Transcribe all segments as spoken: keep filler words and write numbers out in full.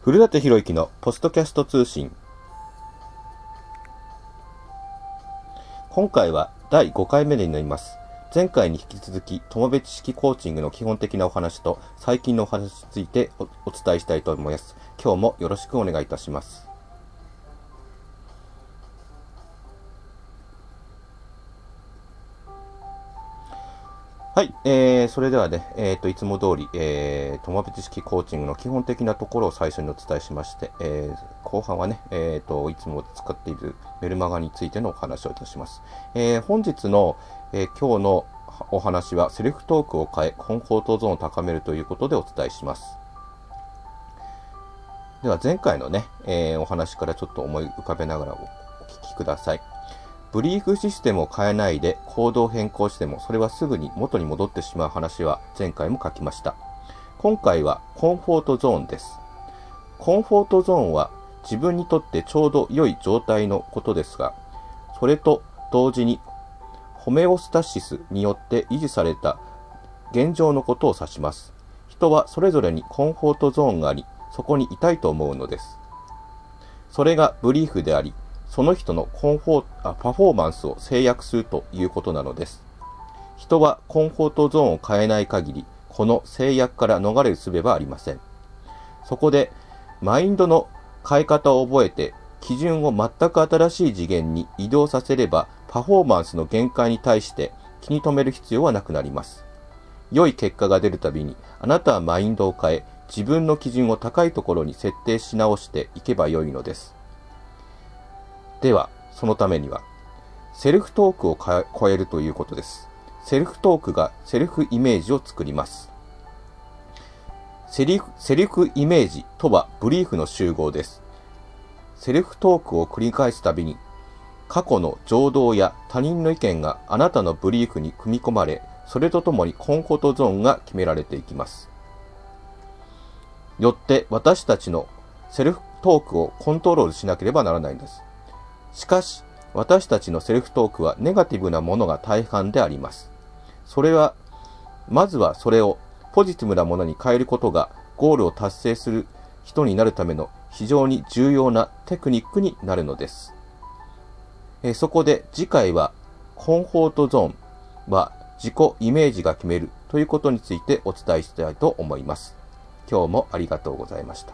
古舘博之のポストキャスト通信。今回はだいごかいめになります。前回に引き続き友別式コーチングの基本的なお話と最近のお話について お, お伝えしたいと思います。今日もよろしくお願いいたします。はい、えー、それではね、えーと、いつも通り、えー、友別式コーチングの基本的なところを最初にお伝えしまして、えー、後半はね、えーと、いつも使っているメルマガについてのお話をいたします。えー、本日の、えー、今日のお話は、セルフトークを変え、コンフォートゾーンを高めるということでお伝えします。では、前回のね、えー、お話からちょっと思い浮かべながらお聞きください。ブリーフシステムを変えないで行動を変更してもそれはすぐに元に戻ってしまう話は前回も書きました。今回はコンフォートゾーンです。コンフォートゾーンは自分にとってちょうど良い状態のことですが、それと同時にホメオスタシスによって維持された現状のことを指します。人はそれぞれにコンフォートゾーンがあり、そこにいたいと思うのです。それがブリーフであり、その人のコンフォーあパフォーマンスを制約するということなのです。人はコンフォートゾーンを変えない限り、この制約から逃れる術はありません。そこで、マインドの変え方を覚えて、基準を全く新しい次元に移動させれば、パフォーマンスの限界に対して気に留める必要はなくなります。良い結果が出るたびに、あなたはマインドを変え、自分の基準を高いところに設定し直していけばよいのです。では、そのためには、セルフトークを超えるということです。セルフトークがセルフイメージを作ります。セリフ、セルフイメージとはブリーフの集合です。セルフトークを繰り返すたびに、過去の情動や他人の意見があなたのブリーフに組み込まれ、それとともにコンフォートゾーンが決められていきます。よって私たちのセルフトークをコントロールしなければならないんです。しかし、私たちのセルフトークはネガティブなものが大半であります。それは、まずはそれをポジティブなものに変えることがゴールを達成する人になるための非常に重要なテクニックになるのです。えそこで次回は、コンフォートゾーンは自己イメージが決めるということについてお伝えしたいと思います。今日もありがとうございました。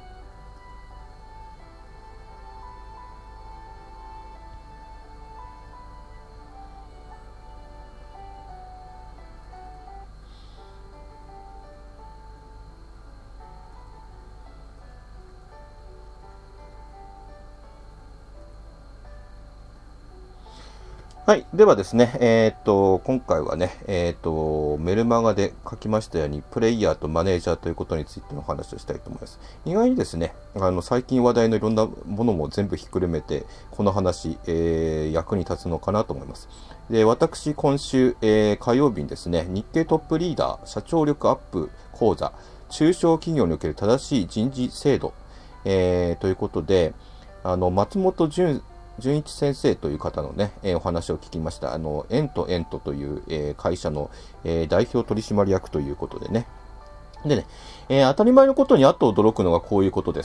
はい。ではですね、えっと、今回はね、えっと、メルマガで書きましたように、プレイヤーとマネージャーということについてのお話をしたいと思います。意外にですね、あの、最近話題のいろんなものも全部ひっくるめて、この話、えー、役に立つのかなと思います。で、私、今週、えー、火曜日にですね、日経トップリーダー、社長力アップ講座、中小企業における正しい人事制度、えー、ということで、あの、松本潤純一先生という方のね、えー、お話を聞きました。あの、エントエントという、えー、会社の、えー、代表取締役ということでね。でね、えー、当たり前のことにあと驚くのがこういうことです。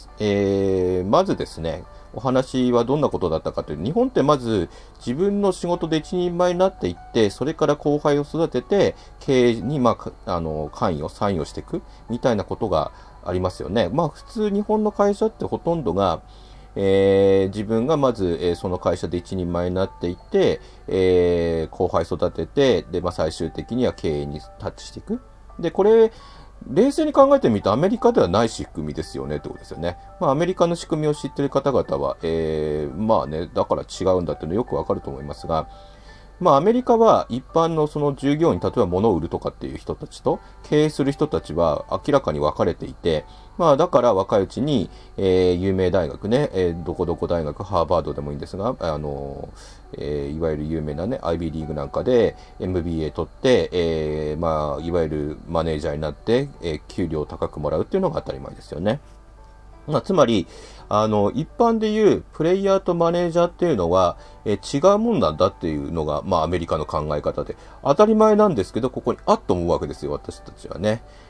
えー、まずですね、お話はどんなことだったかという、日本ってまず自分の仕事で一人前になっていって、それから後輩を育てて、経営に、まあ、あの、関与、参与していくみたいなことがありますよね。まあ、普通日本の会社ってほとんどが、えー、自分がまず、えー、その会社で一人前になっていって、えー、後輩育てて、で、まあ、最終的には経営にタッチしていく。で、これ、冷静に考えてみるとアメリカではない仕組みですよねってことですよね。まあ、アメリカの仕組みを知っている方々は、えー、まあね、だから違うんだっていうのよくわかると思いますが、まあ、アメリカは一般のその従業員、例えば物を売るとかっていう人たちと経営する人たちは明らかに分かれていて、まあ、だから若いうちに、えー、有名大学ね、えー、どこどこ大学、ハーバードでもいいんですが、あの、えー、いわゆる有名なね、アイビーリーグなんかで エムビーエー 取って、えー、まあ、いわゆるマネージャーになって、えー、給料を高くもらうっていうのが当たり前ですよね。まあ、つまり、あの、一般でいうプレイヤーとマネージャーっていうのは、え違うもんなんだっていうのが、まあ、アメリカの考え方で、当たり前なんですけど、ここにあっと思うわけですよ、私たちはね。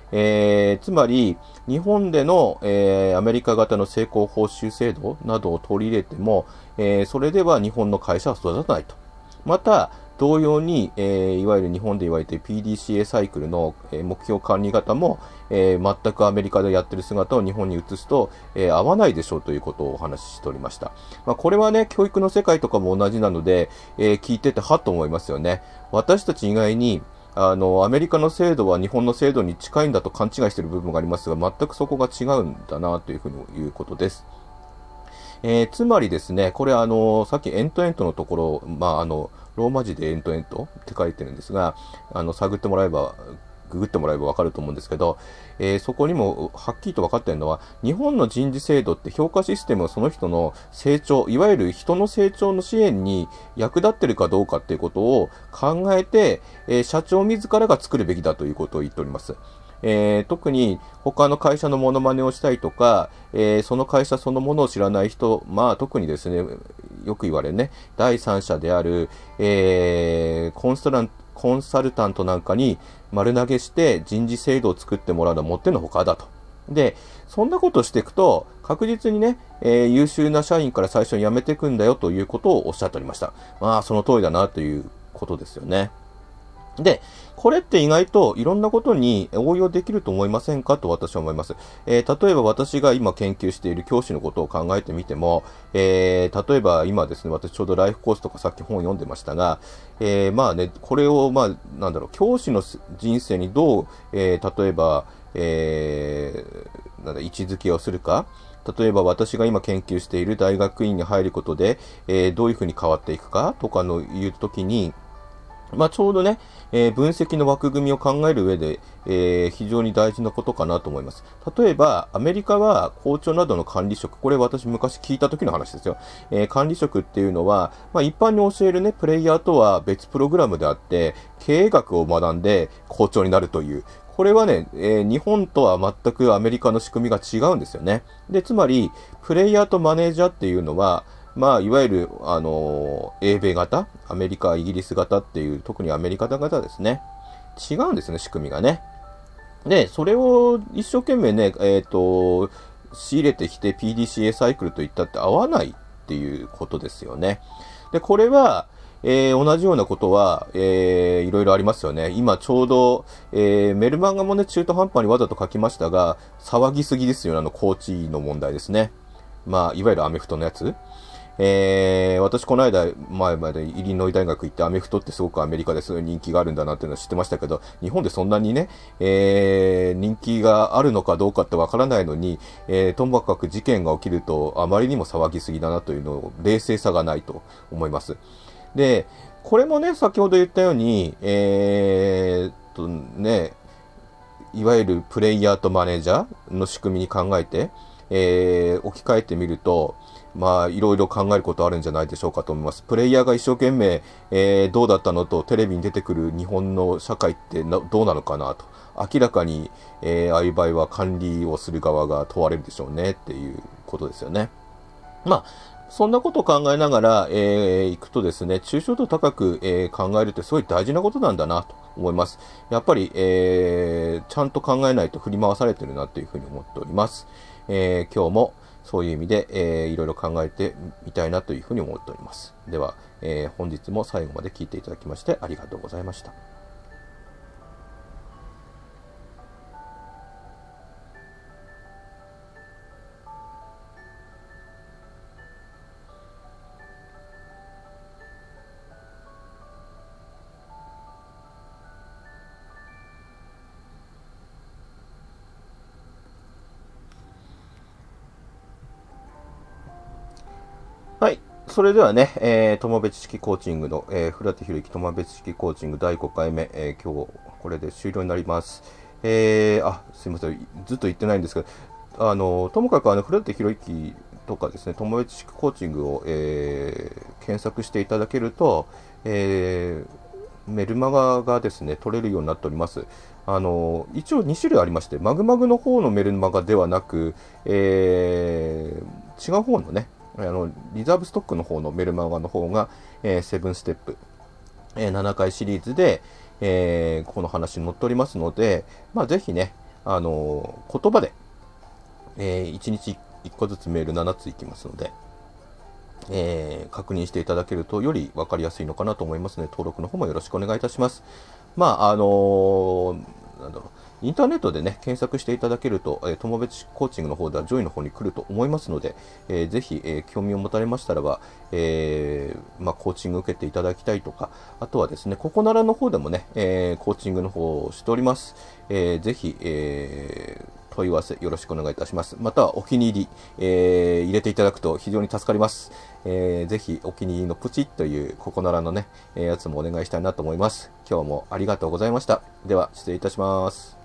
えー、つまり、日本での、えー、アメリカ型の成功報酬制度などを取り入れても、えー、それでは日本の会社は育たないと。また、同様に、えー、いわゆる日本で言われている ピーディーシーエー サイクルの、えー、目標管理型も、えー、全くアメリカでやってる姿を日本に移すと、えー、合わないでしょうということをお話ししておりました。まあ、これはね、教育の世界とかも同じなので、えー、聞いててはっと思いますよね。私たち以外に、あの、アメリカの制度は日本の制度に近いんだと勘違いしている部分がありますが、全くそこが違うんだなというふうに言うことです。えー、つまりですね、これあの、さっきエントエントのところ、まああの、ローマ字でエントエントって書いてるんですが、あの、探ってもらえば、ググってもらえばわかると思うんですけど、えー、そこにもはっきりと分かっているのは、日本の人事制度って評価システムはその人の成長、いわゆる人の成長の支援に役立っているかどうかっていうことを考えて、えー、社長自らが作るべきだということを言っております。えー、特に他の会社のモノマネをしたいとか、えー、その会社そのものを知らない人、まあ特にですね、よく言われるね、第三者である、えー、コンサルタント、コンサルタントなんかに丸投げして人事制度を作ってもらうのはもってのほかだと。で、そんなことをしていくと、確実にね、えー、優秀な社員から最初に辞めていくんだよということをおっしゃっておりました。まあ、その通りだなということですよね。で、これって意外といろんなことに応用できると思いませんかと私は思います。えー、例えば私が今研究している教師のことを考えてみても、えー、例えば今ですね、私ちょうどライフコースとかさっき本を読んでましたが、えー、まあね、これをまあ、なんだろう、教師の人生にどう、えー、例えば、えー、なんだ、位置づけをするか、例えば私が今研究している大学院に入ることで、えー、どういうふうに変わっていくかとかのいうときに、まあ、ちょうどね、えー、分析の枠組みを考える上で、えー、非常に大事なことかなと思います。例えば、アメリカは校長などの管理職、これ私昔聞いた時の話ですよ。えー、管理職っていうのは、まあ、一般に教えるね、プレイヤーとは別プログラムであって、経営学を学んで校長になるという、これはね、えー、日本とは全くアメリカの仕組みが違うんですよね。で、つまり、プレイヤーとマネージャーっていうのは、まあ、いわゆる、あのー、英米型、アメリカ、イギリス型っていう、特にアメリカ型ですね。違うんですね、仕組みがね。で、それを一生懸命ね、えっと、仕入れてきて ピーディーシーエー サイクルといったって合わないっていうことですよね。で、これは、えー、同じようなことは、えー、いろいろありますよね。今ちょうど、えー、メルマガもね、中途半端にわざと書きましたが、騒ぎすぎですよね、あの、コーチの問題ですね。まあ、いわゆるアメフトのやつ。えー、私この間、前までイリノイ大学行ってアメフトってすごくアメリカですごい人気があるんだなっていうのは知ってましたけど、日本でそんなにね、えー、人気があるのかどうかってわからないのに、えー、ともかく事件が起きるとあまりにも騒ぎすぎだなというのを冷静さがないと思います。で、これもね、先ほど言ったように、えー、っとね、いわゆるプレイヤーとマネージャーの仕組みに考えて、えー、置き換えてみると、まあ、いろいろ考えることあるんじゃないでしょうかと思います。プレイヤーが一生懸命、えー、どうだったのとテレビに出てくる日本の社会ってなどうなのかなと。明らかに、えー、ああいう場合は管理をする側が問われるでしょうねっていうことですよね。まあ、そんなことを考えながら、えー、行くとですね、抽象度高く、えー、考えるってすごい大事なことなんだなと思います。やっぱり、えー、ちゃんと考えないと振り回されてるなというふうに思っております。えー、今日もそういう意味で、えー、いろいろ考えてみたいなというふうに思っております。では、えー、本日も最後まで聞いていただきましてありがとうございました。はい。それではね、えー、友別式コーチングの、えー、古舘博之友別式コーチングだいごかいめ、えー、今日これで終了になります。えー、あ、すいません。ずっと言ってないんですけど、あの、ともかくあの、古舘博之とかですね、友別式コーチングを、えー、検索していただけると、えー、メルマガがですね、取れるようになっております。あの、一応に種類ありまして、マグマグの方のメルマガではなく、えー、違う方のね、あのリザーブストックの方のメルマガの方が、えー、セブンステップ、えー、ななかいシリーズで、えー、この話に載っておりますので、まあ、ぜひね、 あのー、言葉で、えー、いちにちいっこずつメールななついきますので、えー、確認していただけるとより分かりやすいのかなと思いますので、登録の方もよろしくお願いいたします。まあ、あのー、なんだろう、インターネットでね、検索していただけると、えー、友別コーチングの方では上位の方に来ると思いますので、えー、ぜひ、えー、興味を持たれましたらば、えー、まあ、コーチングを受けていただきたいとか、あとはですね、ここならの方でもね、えー、コーチングの方をしております。えー、ぜひ、えー問い合わせよろしくお願いいたします。またはお気に入り、えー、入れていただくと非常に助かります。えー、ぜひお気に入りのプチッというここならのね、えー、やつもお願いしたいなと思います。今日もありがとうございました。では失礼いたします。